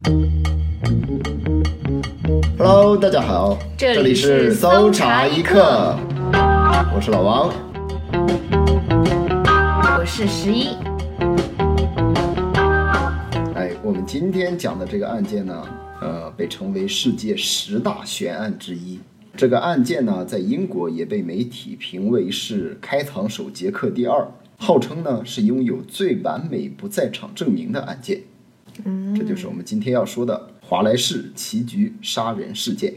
Hello， 大家好，这里是搜查一课，我是老王， 我是11。 我们今天讲的这个案件呢，被称为世界10大悬案之一。这个案件呢，在英国也被媒体评为是开膛手杰克第2，号称呢是拥有最完美不在场证明的案件。这就是我们今天要说的华莱士棋局杀人事件。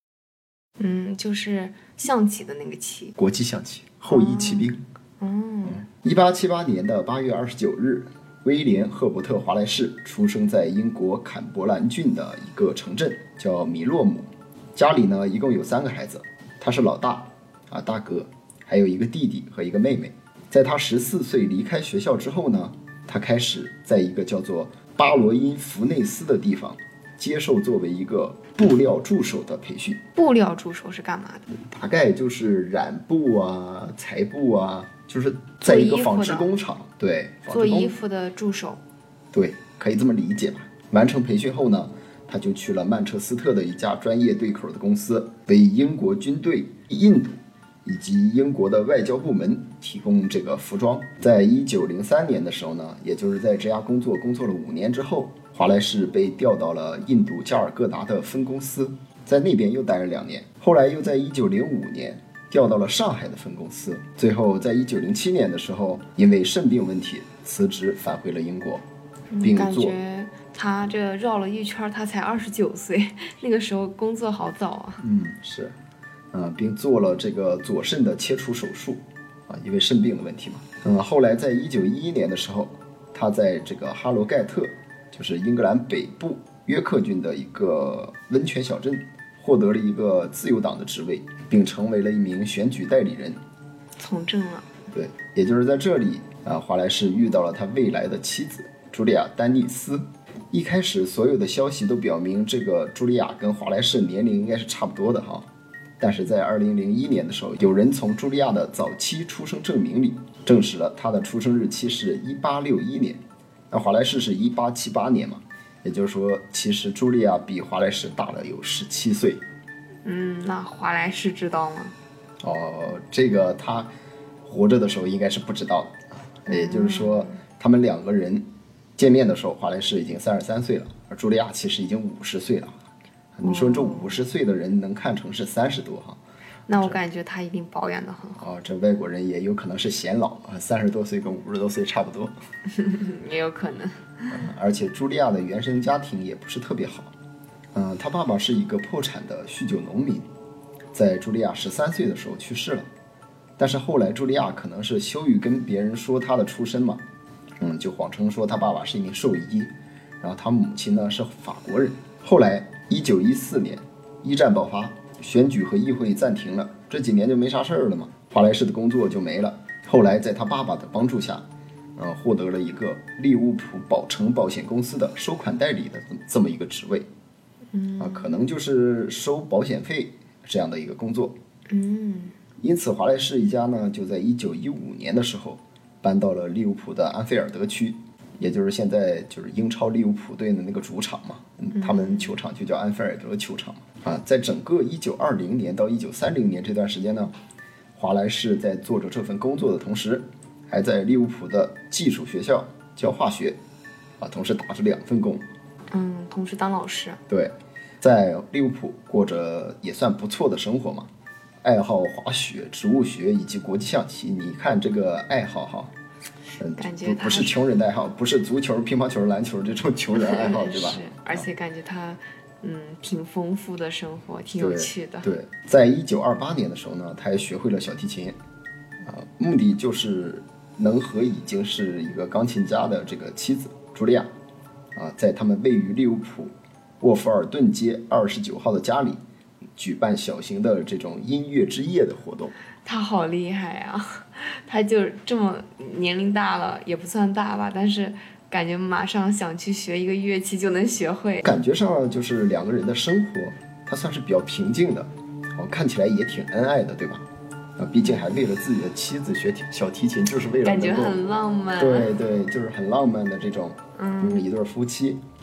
就是象棋的那个棋， 国际象棋，后裔骑兵。1878年的8月29日，威廉·赫伯特·华莱士出生在英国坎伯兰郡的一个城镇，叫米洛姆。家里呢一共有3个孩子，他是老大大哥，还有一个弟弟和一个妹妹。在他14岁离开学校之后呢，他开始在一个叫做巴罗因弗内斯的地方接受作为一个布料助手的培训。 布料助手是干嘛的？ 大概就是染布啊、裁布啊，就是在一个纺织工厂，对， 做衣服的助手， 对，可以这么理解吧。完成培训后呢，他就去了曼彻斯特的一家专业对口的公司，为英国军队、印度以及英国的外交部门提供这个服装。在1903年的时候呢，也就是在这家工作了5年之后，华莱士被调到了印度加尔各答的分公司，在那边又待了2年。后来又在1905年调到了上海的分公司，最后在1907年的时候，因为肾病问题辞职返回了英国，并感觉他这绕了一圈，他才29岁，那个时候工作好早啊。 是，并做了这个左肾的切除手术因为肾病的问题嘛。后来在1911年的时候，他在这个哈罗盖特，就是英格兰北部约克郡的一个温泉小镇，获得了一个自由党的职位，并成为了一名选举代理人， 从政了。 对，也就是在这里华莱士遇到了他未来的妻子茱莉亚·丹尼斯。一开始所有的消息都表明这个茱莉亚跟华莱士年龄应该是差不多的哈，但是在2001年的时候，有人从茱莉亚的早期出生证明里证实了她的出生日期是1861年，那华莱士是1878年嘛，也就是说其实茱莉亚比华莱士大了有17岁。 那华莱士知道吗？ 这个他活着的时候应该是不知道的，也就是说他们2个人见面的时候，华莱士已经33岁了，而茱莉亚其实已经50岁了。你说这50岁的人能看成是30多哈？ 那我感觉他一定保养得很好。 这外国人也有可能是显老，30多岁跟50多岁差不多。 也有可能。 而且茱莉亚的原生家庭也不是特别好。他爸爸是一个破产的酗酒农民，在茱莉亚13岁的时候去世了。但是后来茱莉亚可能是羞于跟别人说她的出身嘛，就谎称说他爸爸是一名兽医，然后他母亲呢是法国人。后来1914年一战爆发，选举和议会暂停了，这几年就没啥事儿了嘛，华莱士的工作就没了。后来在他爸爸的帮助下，获得了一个利物浦保诚保险公司的收款代理的这么一个职位，可能就是收保险费这样的一个工作。因此华莱士一家呢就在1915年的时候搬到了利物浦的安菲尔德区，也就是现在就是英超利物浦队的那个主场嘛，他们球场就叫安菲尔德球场在整个1920年到1930年这段时间呢，华莱士在做着这份工作的同时，还在利物浦的技术学校教化学同时打着2份工。 同时当老师。 对，在利物浦过着也算不错的生活嘛，爱好滑雪、植物学以及国际象棋。你看这个爱好感觉不是穷人的爱好，不是足球、乒乓球、篮球这种穷人爱好，对吧？ 是，而且感觉他挺丰富的生活，挺有趣的。 对，在1928年的时候呢，他还学会了小提琴，目的就是能和已经是一个钢琴家的这个妻子茱莉亚在他们位于利物浦沃夫尔顿街29号的家里举办小型的这种音乐之夜的活动。 他好厉害啊，他就这么年龄大了，也不算大吧，但是感觉马上想去学一个乐器就能学会。 感觉上就是2个人的生活他算是比较平静的，看起来也挺恩爱的，对吧？毕竟还为了自己的妻子学小提琴，就是为了感觉很浪漫。 对，就是很浪漫的这种一对夫妻。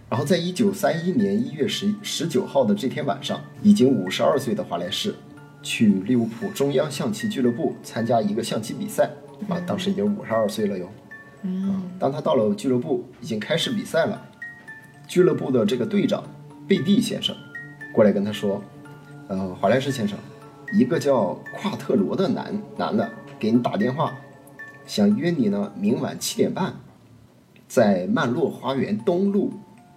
然后在1931年1月19号的这天晚上，已经52岁的华莱士去利物浦中央象棋俱乐部参加一个象棋比赛啊，当时已经52岁了哟。当他到了俱乐部，已经开始比赛了。俱乐部的这个队长贝蒂先生过来跟他说：“华莱士先生，一个叫夸特罗的男的给你打电话，想约你呢，明晚7点半，在曼洛花园东路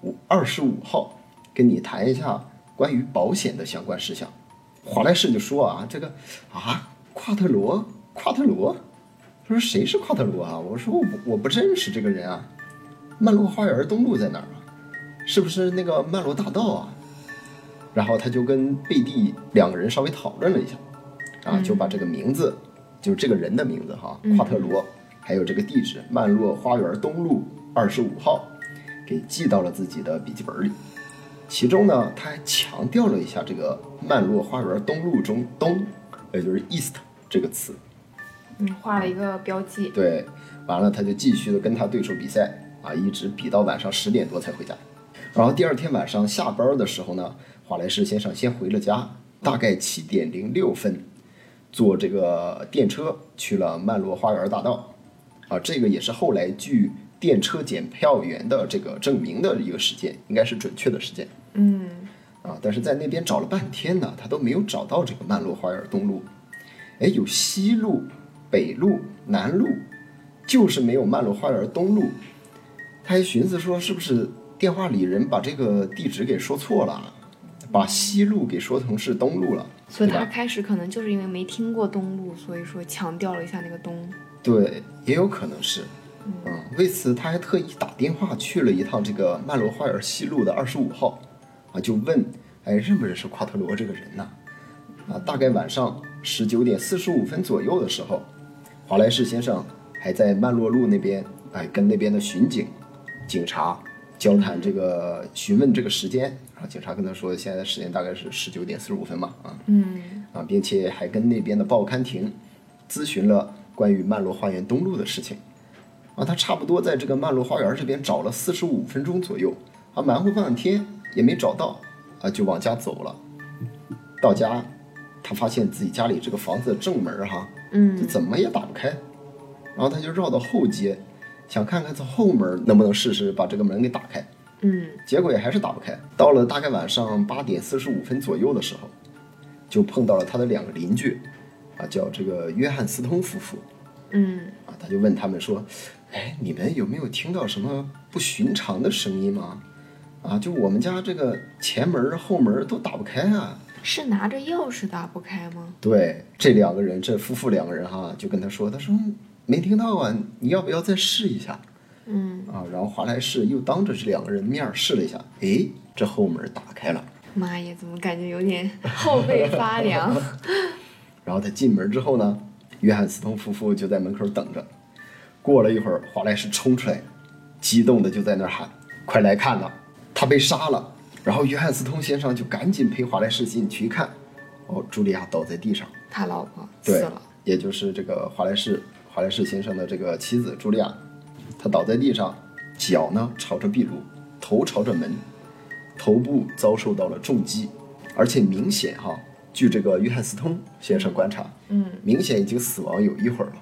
25号，跟你谈一下关于保险的相关事项。”华莱士就说啊，这个夸特罗，他说谁是夸特罗啊？我说我不认识这个人啊。曼洛花园东路在哪儿啊？是不是那个曼罗大道啊？然后他就跟贝蒂两个人稍微讨论了一下，就把这个名字，就是这个人的名字夸特罗，还有这个地址曼洛花园东路25号，给记到了自己的笔记本里。其中呢，他还强调了一下这个曼洛花园东路中东，也就是 east 这个词。 画了一个标记。 对，完了他就继续的跟他对手比赛一直比到晚上10点多才回家。然后第二天晚上下班的时候呢，华莱士先生先回了家，大概7点06分，坐这个电车去了曼洛花园大道。这个也是后来据电车检票员的这个证明的一个时间，应该是准确的时间。但是在那边找了半天呢，他都没有找到这个曼洛花园东路。有西路、北路、南路，就是没有曼洛花园东路。他还寻思说，是不是电话里人把这个地址给说错了，把西路给说成是东路了。 所以他开始可能就是因为没听过东路，所以说强调了一下那个东。 对，也有可能是。为此他还特意打电话去了一趟这个曼罗花园西路的25号，就问，认不认识夸特罗这个人呢？大概晚上19点45分左右的时候，华莱士先生还在曼洛路那边，跟那边的警察交谈这个询问这个时间，然后警察跟他说现在时间大概是19点45分嘛，并且还跟那边的报刊亭咨询了关于曼罗花园东路的事情。他差不多在这个曼罗花园这边找了45分钟左右，忙活半天也没找到，就往家走了。到家，他发现自己家里这个房子的正门就怎么也打不开，然后他就绕到后街，想看看从后门能不能试试把这个门给打开。结果也还是打不开。到了大概晚上8点45分左右的时候，就碰到了他的2个邻居，叫这个约翰斯通夫妇。他就问他们说，你们有没有听到什么不寻常的声音吗？就我们家这个前门后门都打不开啊。 是拿着钥匙打不开吗？ 对，这夫妇2个人就跟他说没听到啊，你要不要再试一下？然后华莱士又当着这2个人面试了一下，这后门打开了。 妈耶，怎么感觉有点后背发凉？ 然后他进门之后呢，约翰斯通夫妇就在门口等着。过了一会儿，华莱士冲出来，激动的就在那儿喊：“快来看呐，他被杀了！”然后约翰斯通先生就赶紧陪华莱士进去一看，茱莉亚倒在地上， 他老婆死了， 也就是这个华莱士先生的这个妻子茱莉亚，她倒在地上，脚呢朝着壁炉，头朝着门，头部遭受到了重击，而且明显据这个约翰斯通先生观察，明显已经死亡有一会儿了。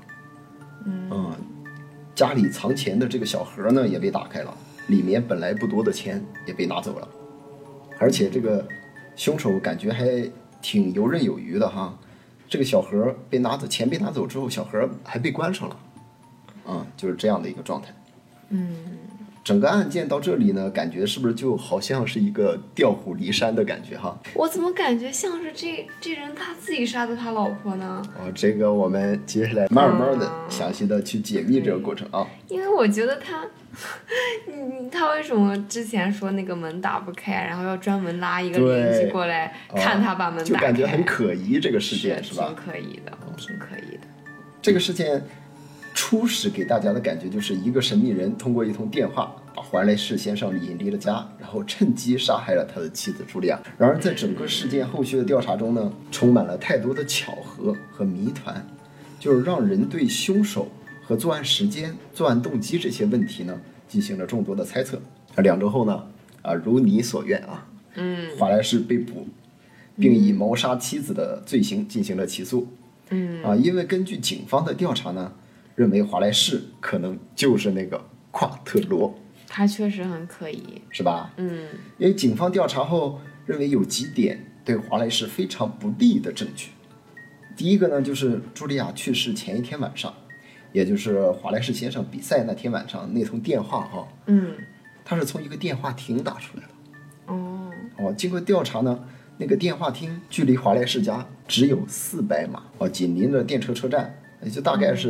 家里藏钱的这个小盒呢也被打开了，里面本来不多的钱也被拿走了，而且这个凶手感觉还挺游刃有余的这个小盒钱被拿走之后，小盒还被关上了，就是这样的一个状态。整个案件到这里呢，感觉是不是就好像是一个调虎离山的感觉我怎么感觉像是这人他自己杀的他老婆呢？ 这个我们接下来慢慢的详细的去解密这个过程因为我觉得他为什么之前说那个门打不开，然后要专门拉一个邻居过来看他把门打开， 就感觉很可疑，这个事件是吧？ 挺可疑的。 这个事件初始给大家的感觉就是一个神秘人通过一通电话把华莱士先生引离了家，然后趁机杀害了他的妻子茱莉亚。然而在整个事件后续的调查中呢，充满了太多的巧合和谜团，就是让人对凶手和作案时间、作案动机这些问题呢进行了众多的猜测。2周后呢， 如你所愿啊，华莱士被捕，并以谋杀妻子的罪行进行了起诉。因为根据警方的调查呢，认为华莱士可能就是那个夸特罗。 他确实很可疑， 是吧？因为警方调查后认为有几点对华莱士非常不利的证据。第一个呢，就是茱莉亚去世前一天晚上，也就是华莱士先生比赛那天晚上那通电话哈，他是从一个电话亭打出来的。经过调查呢，那个电话亭距离华莱士家只有400码，紧邻着电车车站，也就大概是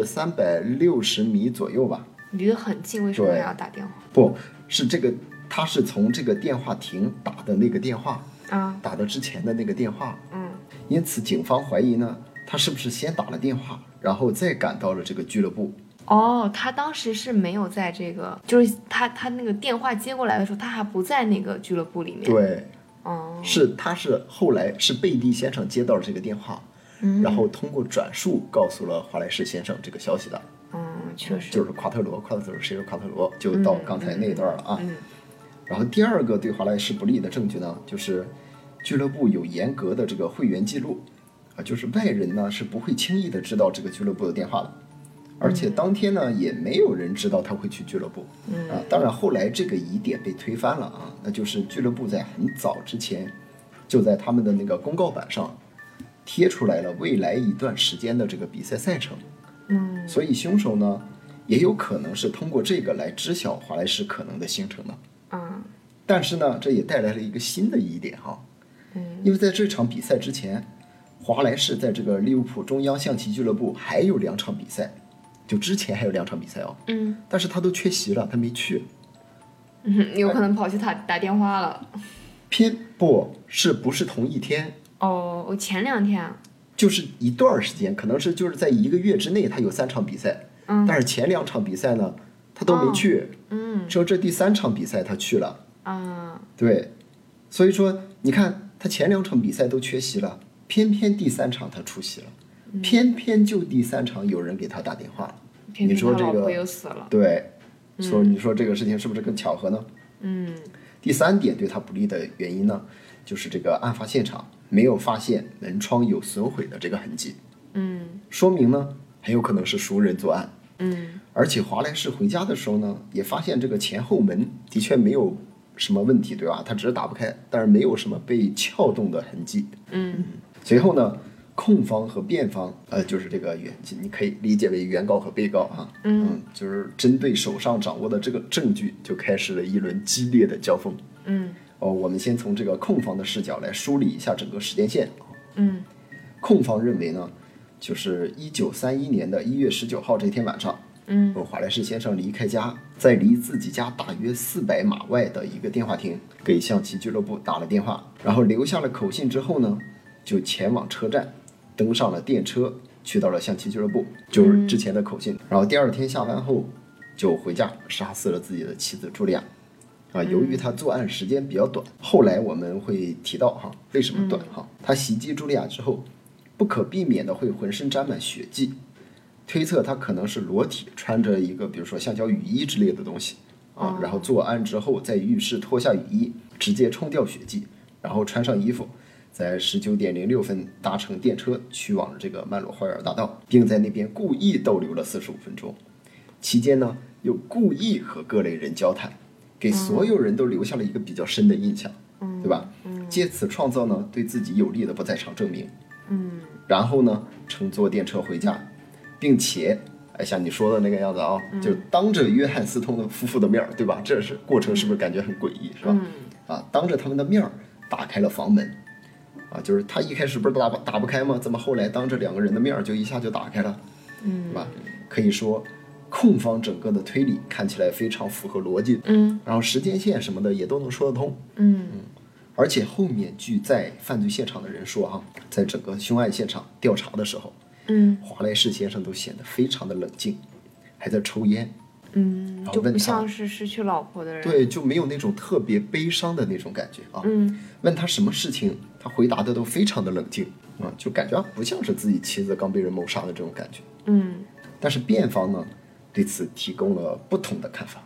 360米左右吧。 离得很近，为什么还要打电话？ 不是这个，他是从这个电话亭打的那个电话打的之前的那个电话。因此警方怀疑呢，他是不是先打了电话，然后再赶到了这个俱乐部。 他当时是没有在这个，就是他那个电话接过来的时候，他还不在那个俱乐部里面。 对，他是后来是贝蒂先生接到了这个电话，然后通过转述告诉了华莱士先生这个消息的。 确实就是夸特罗谁是夸特罗，就到刚才那段了啊。然后第二个对华莱士不利的证据呢，就是俱乐部有严格的这个会员记录就是外人呢是不会轻易的知道这个俱乐部的电话的，而且当天呢也没有人知道他会去俱乐部。当然后来这个疑点被推翻了那就是俱乐部在很早之前就在他们的那个公告板上贴出来了未来一段时间的这个比赛赛程。所以凶手呢也有可能是通过这个来知晓华莱士可能的行程的。但是呢这也带来了一个新的疑点因为在这场比赛之前，华莱士在这个利物浦中央象棋俱乐部还有2场比赛，就之前还有2场比赛但是他都缺席了，他没去。 有可能跑去打电话了。 不是同一天？ 前2天啊。 就是一段时间，可能是就是在1个月之内，他有3场比赛，但是前2场比赛呢，他都没去，只有这第3场比赛他去了，对，所以说你看他前2场比赛都缺席了，偏偏第3场他出席了，偏偏就第3场有人给他打电话了， 偏偏你说这个又死了， 对，你说这个事情是不是更巧合呢？第3点对他不利的原因呢，就是这个案发现场没有发现门窗有损毁的这个痕迹，说明呢很有可能是熟人作案，而且华莱士回家的时候呢，也发现这个前后门的确没有什么问题，对吧？他只是打不开，但是没有什么被撬动的痕迹。随后呢，控方和辩方，就是这个你可以理解为原告和被告就是针对手上掌握的这个证据，就开始了一轮激烈的交锋。我们先从这个控方的视角来梳理一下整个时间线。控方认为呢，就是1931年的1月19号这天晚上，华莱士先生离开家，在离自己家大约400码外的一个电话亭给象棋俱乐部打了电话，然后留下了口信之后呢，就前往车站，登上了电车，去到了象棋俱乐部，就是之前的口信。然后第2天下班后就回家杀死了自己的妻子茱莉亚。由于他作案时间比较短，后来我们会提到为什么短他袭击茱莉亚之后，不可避免的会浑身沾满血迹，推测他可能是裸体穿着一个比如说橡胶雨衣之类的东西然后作案之后在浴室脱下雨衣，直接冲掉血迹，然后穿上衣服，在19点06分搭乘电车去往这个曼罗花园大道，并在那边故意逗留了45分钟，期间呢又故意和各类人交谈，给所有人都留下了一个比较深的印象，对吧？借此创造呢对自己有利的不在场证明。然后呢乘坐电车回家，并且像你说的那个样子就当着约翰斯通的夫妇的面，对吧？这是过程，是不是感觉很诡异，是吧？当着他们的面打开了房门就是他一开始不是打不开吗？怎么后来当着2个人的面就一下就打开了，对吧？可以说控方整个的推理看起来非常符合逻辑，然后时间线什么的也都能说得通，而且后面据在犯罪现场的人说在整个凶案现场调查的时候，华莱士先生都显得非常的冷静，还在抽烟， 就不像是失去老婆的人， 对，就没有那种特别悲伤的那种感觉问他什么事情，他回答的都非常的冷静就感觉不像是自己妻子刚被人谋杀的这种感觉，但是辩方呢对此提供了不同的看法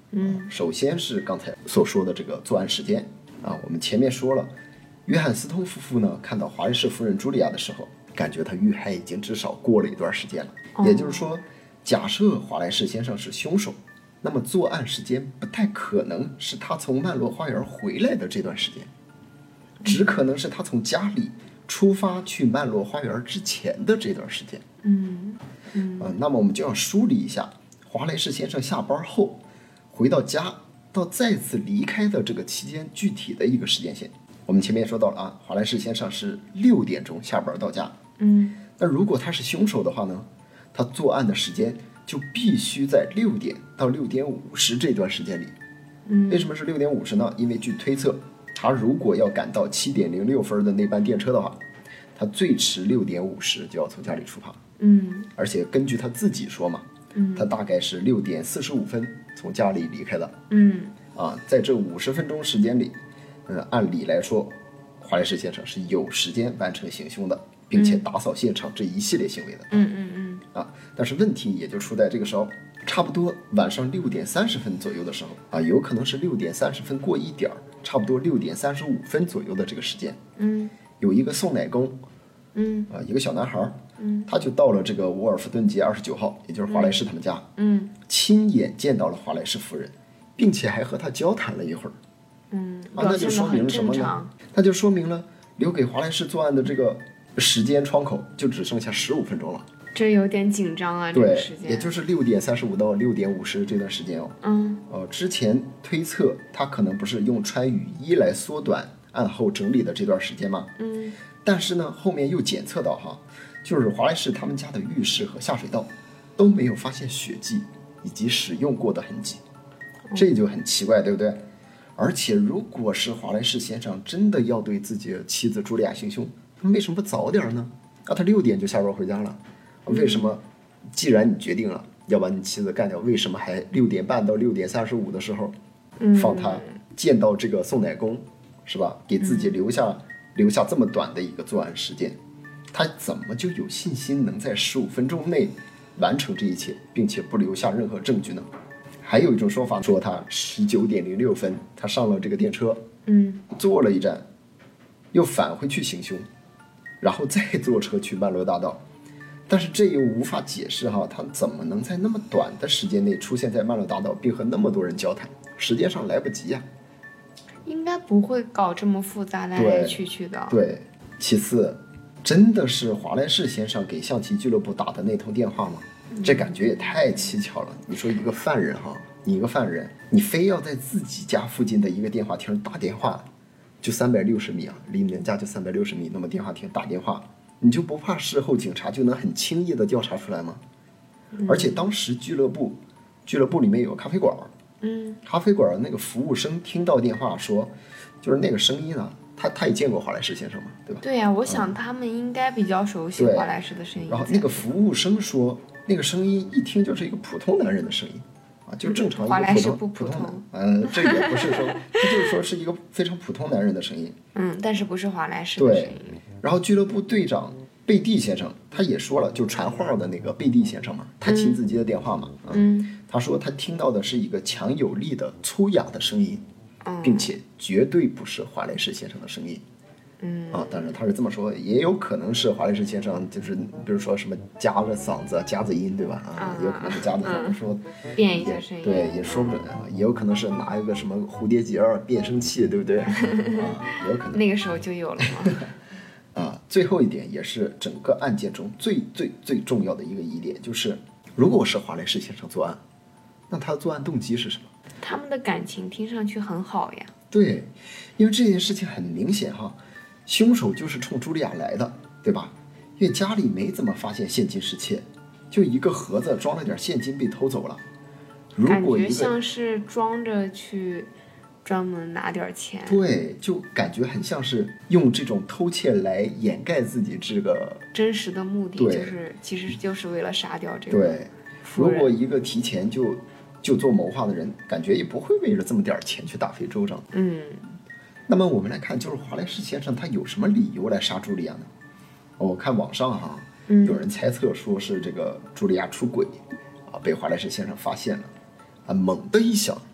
首先是刚才所说的这个作案时间啊，我们前面说了，约翰斯通夫妇呢看到华莱士夫人茱莉亚的时候，感觉她遇害已经至少过了一段时间了，也就是说，假设华莱士先生是凶手，那么作案时间不太可能是他从曼罗花园回来的这段时间，只可能是他从家里出发去曼罗花园之前的这段时间。那么我们就要梳理一下华莱士先生下班后回到家到再次离开的这个期间具体的一个时间线。我们前面说到了啊，华莱士先生是6点钟下班到家。那如果他是凶手的话呢，他作案的时间就必须在6点到6点50这段时间里。为什么是6点50呢？因为据推测，他如果要赶到7点06分的那班电车的话，他最迟6点50就要从家里出发。而且根据他自己说嘛，他大概是6点45分从家里离开的。在这50分钟时间里，按理来说，华莱士先生是有时间完成行凶的，并且打扫现场这一系列行为的。但是问题也就出在这个时候，差不多晚上6点30分左右的时候有可能是6点30分过一点，差不多6点35分左右的这个时间，有一个送奶工，一个小男孩，他就到了这个沃尔夫顿街29号，也就是华莱士他们家，亲眼见到了华莱士夫人，并且还和他交谈了一会儿。那就说明了什么呢？那就说明了留给华莱士作案的这个时间窗口就只剩下15分钟了。 这有点紧张啊，这个时间。 也就是6点35到6点50这段时间之前推测他可能不是用穿雨衣来缩短案后整理的这段时间吗？但是呢，后面又检测到就是华莱士他们家的浴室和下水道都没有发现血迹以及使用过的痕迹，这就很奇怪，对不对？而且如果是华莱士先生真的要对自己的妻子茱莉亚行凶，他为什么不早点呢？他6点就下班回家了，为什么既然你决定了要把你妻子干掉，为什么还6点半到6点35的时候放他见到这个送奶工，是吧？给自己留下这么短的一个作案时间，他怎么就有信心能在15分钟内完成这一切，并且不留下任何证据呢？还有一种说法说他19点06分他上了这个电车，坐了一站，又返回去行凶，然后再坐车去曼罗大道。但是这又无法解释他怎么能在那么短的时间内出现在曼罗大道，并和那么多人交谈，时间上来不及呀。 应该不会搞这么复杂来来去去的。 对，其次，真的是华莱士先生给象棋俱乐部打的那通电话吗？这感觉也太蹊跷了。你说一个犯人你非要在自己家附近的一个电话亭打电话，就360米离你们家就360米，那么电话亭打电话，你就不怕事后警察就能很轻易的调查出来吗？而且当时俱乐部里面有个咖啡馆，咖啡馆那个服务生听到电话说，就是那个声音他也见过华莱士先生嘛，对吧？ 对呀，我想他们应该比较熟悉华莱士的声音。 然后那个服务生说，那个声音一听就是一个普通男人的声音就正常一个华莱士不普通这也不是说，他就是说是一个非常普通男人的声音。 但是不是华莱士的声音。 然后俱乐部队长贝蒂先生他也说了，就传话的那个贝蒂先生嘛，他亲自接的电话嘛，他说他听到的是一个强有力的粗哑的声音，并且绝对不是华莱士先生的声音。当然他是这么说，也有可能是华莱士先生就是比如说什么夹着嗓子夹子音，对吧？也有可能是夹着嗓子说变一下声音， 对，也说不准也有可能是拿一个什么蝴蝶结变声器，对不对？也有可能那个时候就有了嘛。 最后一点也是整个案件中最重要的一个疑点，就是如果是华莱士先生作案，那他的作案动机是什么？ 他们的感情听上去很好呀。 对，因为这件事情很明显凶手就是冲茱莉亚来的，对吧？因为家里没怎么发现现金失窃，就一个盒子装了点现金被偷走了。 感觉像是装着去专门拿点钱。 对，就感觉很像是用这种偷窃来掩盖自己这个真实的目的，其实就是为了杀掉这个。 对，如果一个提前就做谋划的人，感觉也不会为了这么点钱去大费周章。那么我们来看，就是华莱士先生他有什么理由来杀茱莉亚呢？我看网上有人猜测说是这个茱莉亚出轨被华莱士先生发现了猛地一想，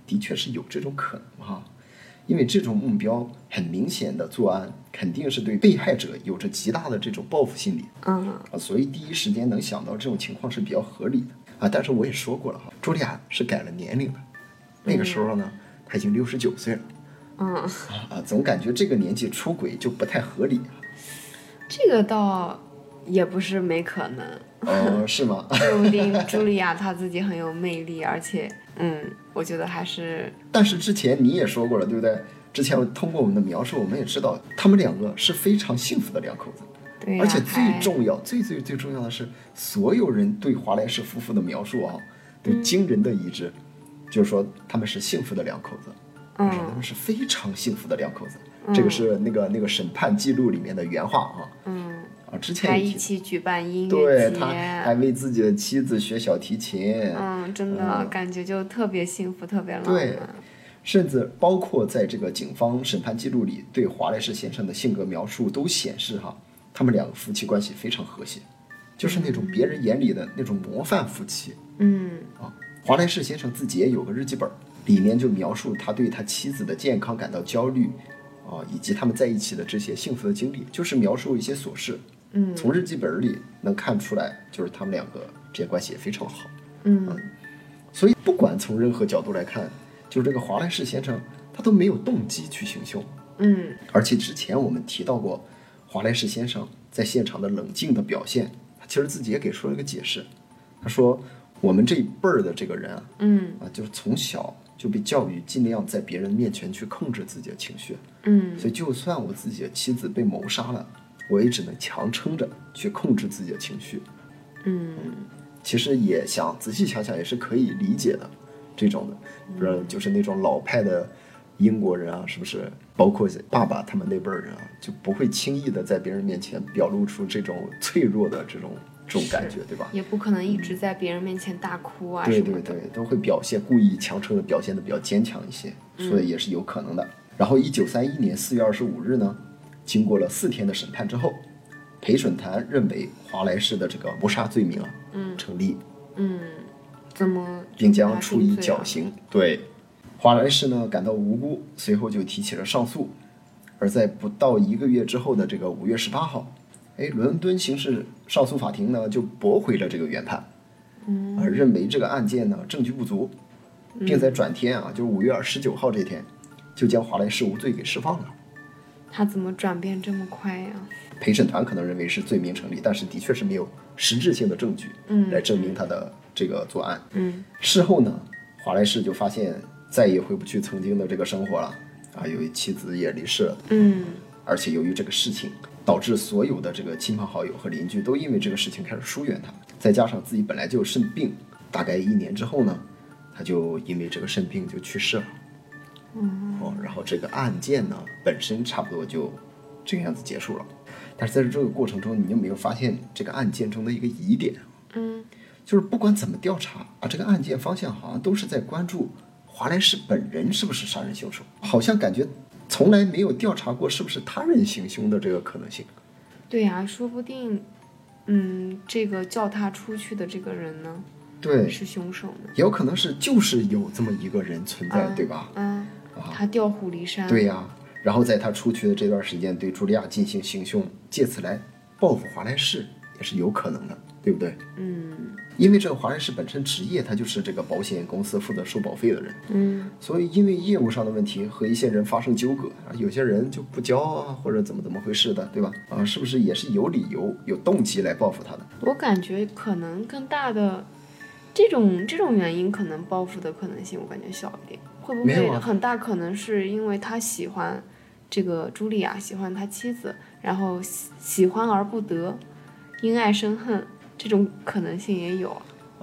的确是有这种可能哈，因为这种目标很明显的作案，肯定是对被害者有着极大的这种报复心理，所以第一时间能想到这种情况是比较合理的啊。但是我也说过了哈，茱莉亚是改了年龄的，那个时候呢，她已经69岁了，总感觉这个年纪出轨就不太合理啊。 这个倒也不是没可能， 是吗？ 说不定茱莉亚她自己很有魅力，而且，我觉得还是。 但是之前你也说过了，对不对？之前通过我们的描述，我们也知道他们两个是非常幸福的两口子。 对， 而且最重要、最重要的是，所有人对华莱士夫妇的描述都惊人的一致，就是说他们是幸福的两口子，他们是非常幸福的两口子。这个是那个审判记录里面的原话之前还一起举办音乐对， 节， 他还为自己的妻子学小提琴， 真的感觉就特别幸福，特别浪漫。 对，甚至包括在这个警方审判记录里对华莱士先生的性格描述都显示他们两个夫妻关系非常和谐，就是那种别人眼里的那种模范夫妻。华莱士先生自己也有个日记本，里面就描述他对他妻子的健康感到焦虑以及他们在一起的这些幸福的经历，就是描述一些琐事。从日记本里能看出来，就是他们两个之间关系也非常好。所以不管从任何角度来看，就是这个华莱士先生他都没有动机去行凶。而且之前我们提到过，华莱士先生在现场的冷静的表现，他其实自己也给出了一个解释。他说，我们这一辈儿的这个人就是从小就被教育尽量在别人面前去控制自己的情绪。所以就算我自己的妻子被谋杀了，我也只能强撑着去控制自己的情绪。其实也仔细想想也是可以理解的，这种的，不是就是那种老派的英国人是不是？包括爸爸他们那辈儿人就不会轻易的在别人面前表露出这种脆弱的这种感觉，对吧？ 也不可能一直在别人面前大哭啊什么的。对，都会故意强撑的表现的比较坚强一些，所以也是有可能的。然后1931年4月25日呢，经过了4天的审判之后，陪审团认为华莱士的这个谋杀罪名成立， 怎么并将处以绞刑。对，华莱士呢感到无辜，随后就提起了上诉。而在不到1个月之后的这个5月18号，伦敦刑事上诉法庭呢就驳回了这个原判，而认为这个案件呢证据不足，并在转天就是5月19号这天，就将华莱士无罪给释放了。 他怎么转变这么快呀？ 陪审团可能认为是罪名成立，但是的确是没有实质性的证据来证明他的这个作案。事后呢，华莱士就发现再也回不去曾经的这个生活了由于妻子也离世了。而且由于这个事情，导致所有的这个亲朋好友和邻居都因为这个事情开始疏远他，再加上自己本来就有肾病，大概1年之后呢，他就因为这个肾病就去世了。然后这个案件呢本身差不多就这个样子结束了。但是在这个过程中，你有没有发现这个案件中的一个疑点？就是不管怎么调查这个案件方向好像都是在关注华莱士本人是不是杀人凶手，好像感觉从来没有调查过是不是他人行凶的这个可能性。 对呀，说不定这个叫他出去的这个人呢， 对， 是凶手呢， 也有可能就是有这么一个人存在，对吧？ 他调虎离山。 对呀，然后在他出去的这段时间对茱莉亚进行行凶，借此来报复华莱士也是有可能的，对不对？因为这个华莱士本身职业他就是这个保险公司负责收保费的人，所以因为业务上的问题和一些人发生纠葛有些人就不交或者怎么回事的，对吧？是不是也是有理由有动机来报复他的？ 我感觉可能更大的这种原因，可能报复的可能性我感觉小一点。会不会很大可能是因为他喜欢这个茱莉亚，喜欢他妻子，然后喜欢而不得，因爱生恨，这种可能性也有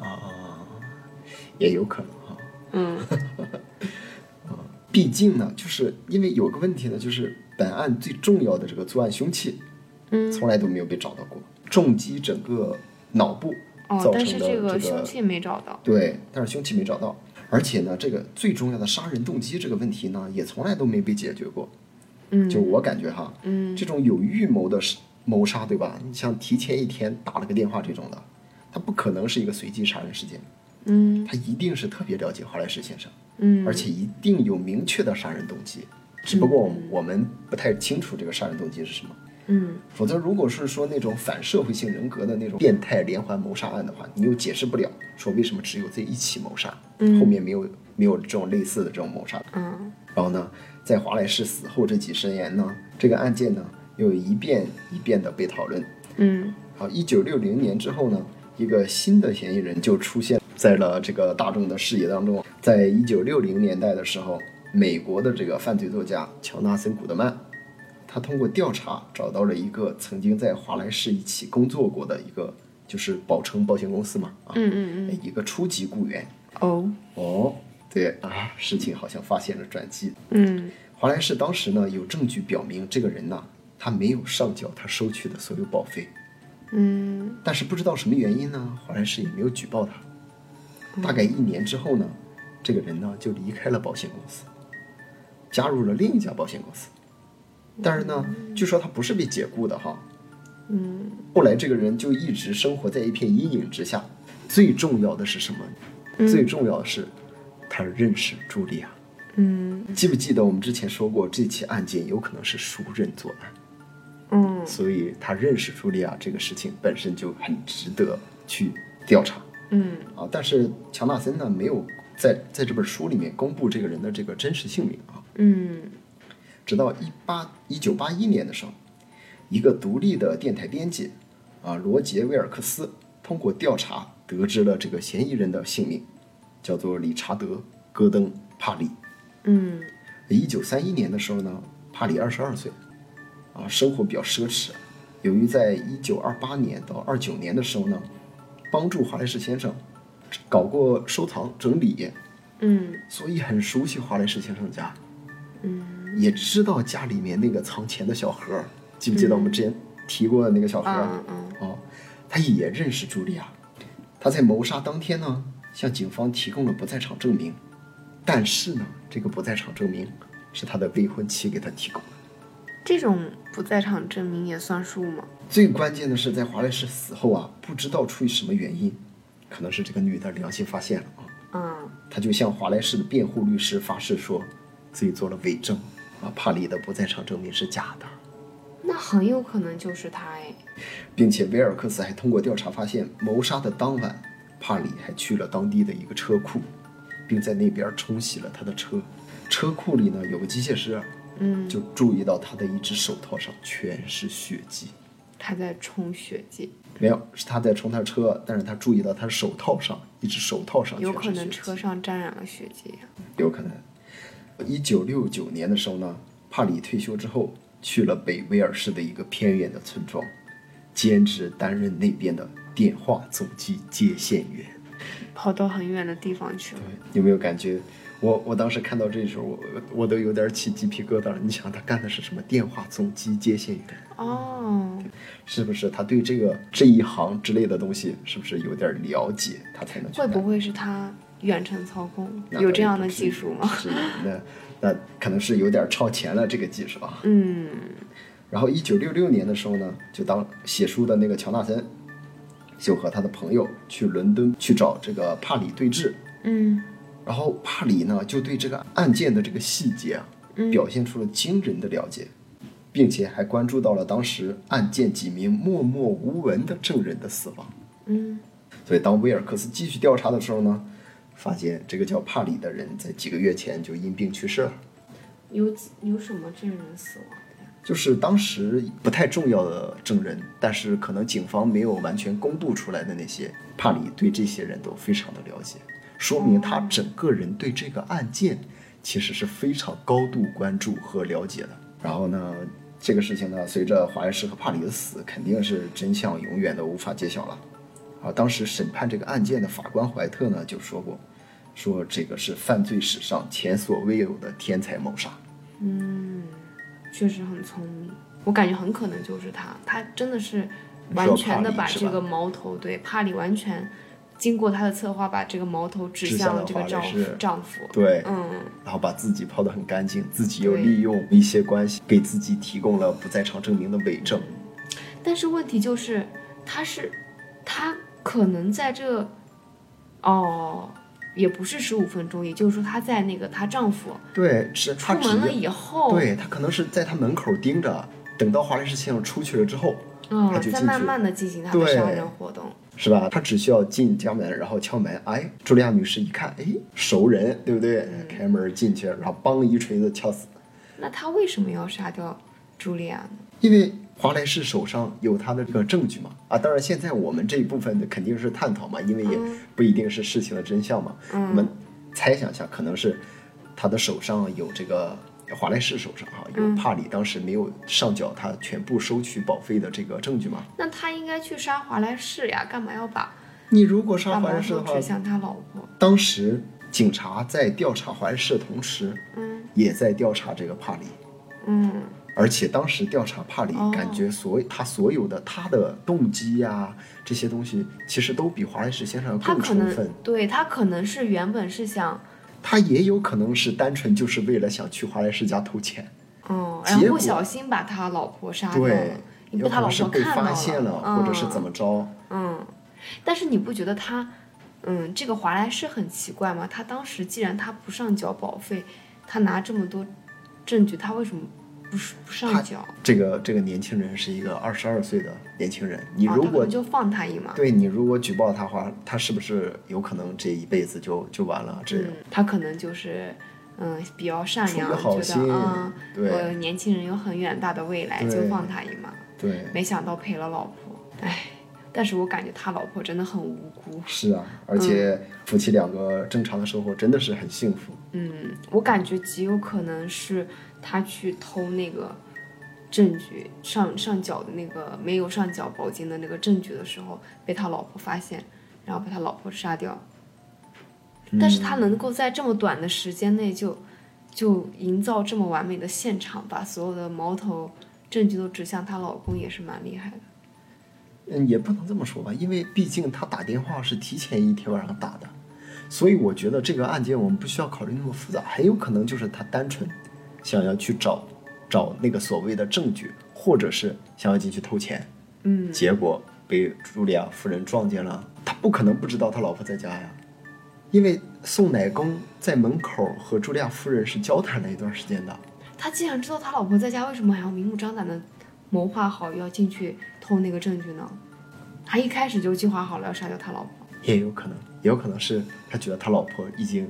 也有可能毕竟呢，就是因为有个问题呢，就是本案最重要的这个作案凶器从来都没有被找到过，重击整个脑部造成的但是这个凶器没找到。 对，但是凶器没找到。而且呢，这个最重要的杀人动机这个问题呢，也从来都没被解决过。就我感觉这种有预谋的谋杀，对吧？你像提前1天打了个电话这种的，它不可能是一个随机杀人事件。他一定是特别了解华莱士先生， 而且一定有明确的杀人动机，只不过我们不太清楚这个杀人动机是什么。否则如果是说那种反社会性人格的那种变态连环谋杀案的话，你又解释不了说为什么只有这一起谋杀，后面没有这种类似的这种谋杀。然后呢，在华莱士死后这几十年呢，这个案件呢又一遍一遍的被讨论。好，1960年之后呢，一个新的嫌疑人就出现在了这个大众的视野当中。在1960年代的时候，美国的这个犯罪作家乔纳森·古德曼，他通过调查找到了一个曾经在华莱士一起工作过的一个，就是宝诚保险公司嘛，一个初级雇员。对啊，事情好像发现了转机。华莱士当时呢有证据表明这个人呢，他没有上缴他收取的所有保费。但是不知道什么原因呢，华莱士也没有举报他。大概1年之后呢，这个人呢就离开了保险公司，加入了另一家保险公司。但是呢，据说他不是被解雇的哈。后来这个人就一直生活在一片阴影之下。最重要的是什么？最重要的是他认识茱莉亚。记不记得我们之前说过，这起案件有可能是熟人作案。所以他认识茱莉亚这个事情本身就很值得去调查。但是乔纳森呢没有在这本书里面公布这个人的这个真实姓名啊。直到1981年的时候，一个独立的电台编辑罗杰·威尔克斯通过调查得知了这个嫌疑人的姓名，叫做理查德·戈登·帕里。1931年的时候呢，帕里22岁，生活比较奢侈。由于在1928年到29年的时候呢，帮助华莱士先生搞过收藏整理，所以很熟悉华莱士先生家。也知道家里面那个藏钱的小盒，记不记得我们之前提过的那个小盒？他也认识茱莉亚。他在谋杀当天呢，向警方提供了不在场证明，但是呢，这个不在场证明是他的未婚妻给他提供的。 这种不在场证明也算数吗？ 最关键的是，在华莱士死后不知道出于什么原因，可能是这个女的良心发现了他就向华莱士的辩护律师发誓说自己做了伪证帕里的不在场证明是假的。 那很有可能就是他并且威尔克斯还通过调查发现，谋杀的当晚，帕里还去了当地的一个车库，并在那边冲洗了他的车。车库里呢有个机械师，就注意到他的一只手套上全是血迹。 他在冲血迹？ 没有，是他在冲他车，但是他注意到他手套上一只手套上全是血迹。 有可能车上沾染了血迹有可能。1969年的时候呢，帕里退休之后去了北威尔士的一个偏远的村庄，兼职担任那边的电话总机接线员。 跑到很远的地方去了。 有没有感觉我当时看到这时候我都有点起鸡皮疙瘩了。你想他干的是什么？电话总机接线员。是不是他对这一行之类的东西是不是有点了解，他才能去干？ 会不会是他远程操控？有这样的技术吗？ 那可能是有点超前了这个技术然后1966年的时候呢，就当写书的那个乔纳森就和他的朋友去伦敦去找这个帕里对峙。然后帕里呢就对这个案件的这个细节表现出了惊人的了解，并且还关注到了当时案件几名默默无闻的证人的死亡。所以当威尔克斯继续调查的时候呢，发现这个叫帕里的人在几个月前就因病去世了。 有什么证人死亡的呀？ 就是当时不太重要的证人，但是可能警方没有完全公布出来的那些，帕里对这些人都非常的了解，说明他整个人对这个案件其实是非常高度关注和了解的。然后呢，这个事情呢，随着华莱士和帕里的死，肯定是真相永远都无法揭晓了。当时审判这个案件的法官怀特呢就说过，说这个是犯罪史上前所未有的天才谋杀。 确实很聪明，我感觉很可能就是他真的是完全的把这个矛头，对，帕里完全经过他的策划，把这个矛头指向了这个丈夫。 对，然后把自己抛得很干净，自己又利用一些关系给自己提供了不在场证明的伪证。 但是问题就是他可能在这也不是15分钟，也就是说她在那个她丈夫对是出门了以后， 对她可能是在她门口盯着，等到华莱士先生出去了之后，她就进去， 再慢慢的进行她的杀人活动， 是吧？她只需要进家门，然后敲门，哎，茱莉亚女士一看，哎，熟人，对不对？开门进去，然后梆一锤子敲死。 那她为什么要杀掉茱莉亚呢？ 因为华莱士手上有他的这个证据嘛，当然现在我们这一部分的肯定是探讨嘛，因为也不一定是事情的真相嘛。我们猜想一下，可能是他的手上有这个华莱士手上有帕里当时没有上缴他全部收取保费的这个证据嘛。 那他应该去杀华莱士呀，干嘛要把你如果杀华莱士的话， 指向他老婆。 当时警察在调查华莱士的同时，也在调查这个帕里。而且当时调查帕里，感觉他所有的他的动机呀，这些东西其实都比华莱士先生更充分。 对，他可能是原本是想， 他也有可能是单纯就是为了想去华莱士家偷钱， 然后不小心把他老婆杀掉了， 对， 被他老婆看到了， 有可能是被发现了，或者是怎么着。 但是你不觉得他，这个华莱士很奇怪吗？他当时既然他不上缴保费，他拿这么多证据，他为什么不上缴？ 这个年轻人是一个22岁的年轻人，你如果就放他一马， 对，你如果举报他的话，他是不是有可能这一辈子就完了？ 他可能就是比较善良，觉得我年轻人有很远大的未来，就放他一马。 对， 没想到赔了老婆，哎。但是我感觉他老婆真的很无辜。 是啊，而且夫妻两个正常的生活真的是很幸福。 我感觉极有可能是他去偷那个证据上缴的那个没有上缴保金的那个证据的时候，被他老婆发现，然后把他老婆杀掉。但是他能够在这么短的时间内就营造这么完美的现场，把所有的矛头证据都指向她老公，也是蛮厉害的。 也不能这么说吧，因为毕竟他打电话是提前一天晚上打的，所以我觉得这个案件我们不需要考虑那么复杂，很有可能就是他单纯想要去找那个所谓的证据，或者是想要进去偷钱，结果被茱莉亚夫人撞见了，他不可能不知道他老婆在家呀，因为宋乃公在门口和茱莉亚夫人是交谈了一段时间的。 他既然知道他老婆在家，为什么还要明目张胆的谋划好要进去偷那个证据呢？他一开始就计划好了要杀掉他老婆。 也有可能是他觉得他老婆已经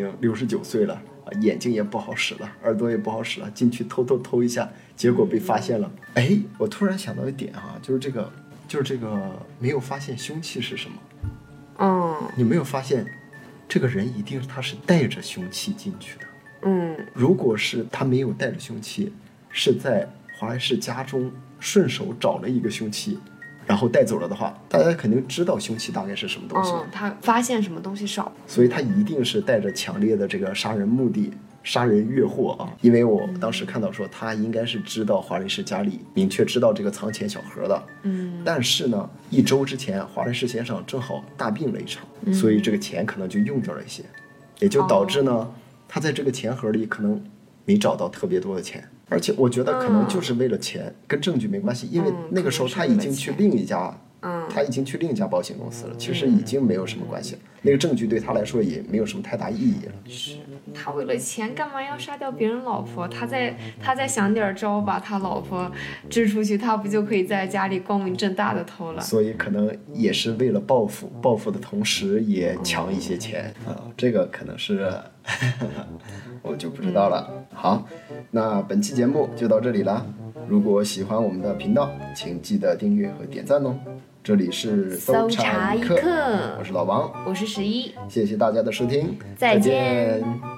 69岁了，眼睛也不好使了，耳朵也不好使了，进去偷一下，结果被发现了。我突然想到一点就是这个没有发现凶器是什么。你没有发现这个人一定他是带着凶器进去的。如果是他没有带着凶器，是在华莱士家中顺手找了一个凶器然后带走了的话，大家肯定知道凶器大概是什么东西。 他发现什么东西少， 所以他一定是带着强烈的这个杀人目的，杀人越货因为我当时看到说他应该是知道华莱士家里明确知道这个藏钱小盒的。但是呢1周之前华莱士先生正好大病了一场，所以这个钱可能就用掉了一些，也就导致呢他在这个钱盒里可能没找到特别多的钱。而且我觉得可能就是为了钱，跟证据没关系，因为那个时候他已经去另一家保险公司了，其实已经没有什么关系了，那个证据对他来说也没有什么太大意义了。 是他为了钱干嘛要杀掉别人老婆？他再想点招把他老婆支出去，他不就可以在家里光明正大的偷了？ 所以可能也是为了报复的同时也抢一些钱这个可能是我就不知道了。好，那本期节目就到这里了。如果喜欢我们的频道，请记得订阅和点赞哦。这里是搜查一刻， 我是老王， 我是11， 谢谢大家的收听， 再见。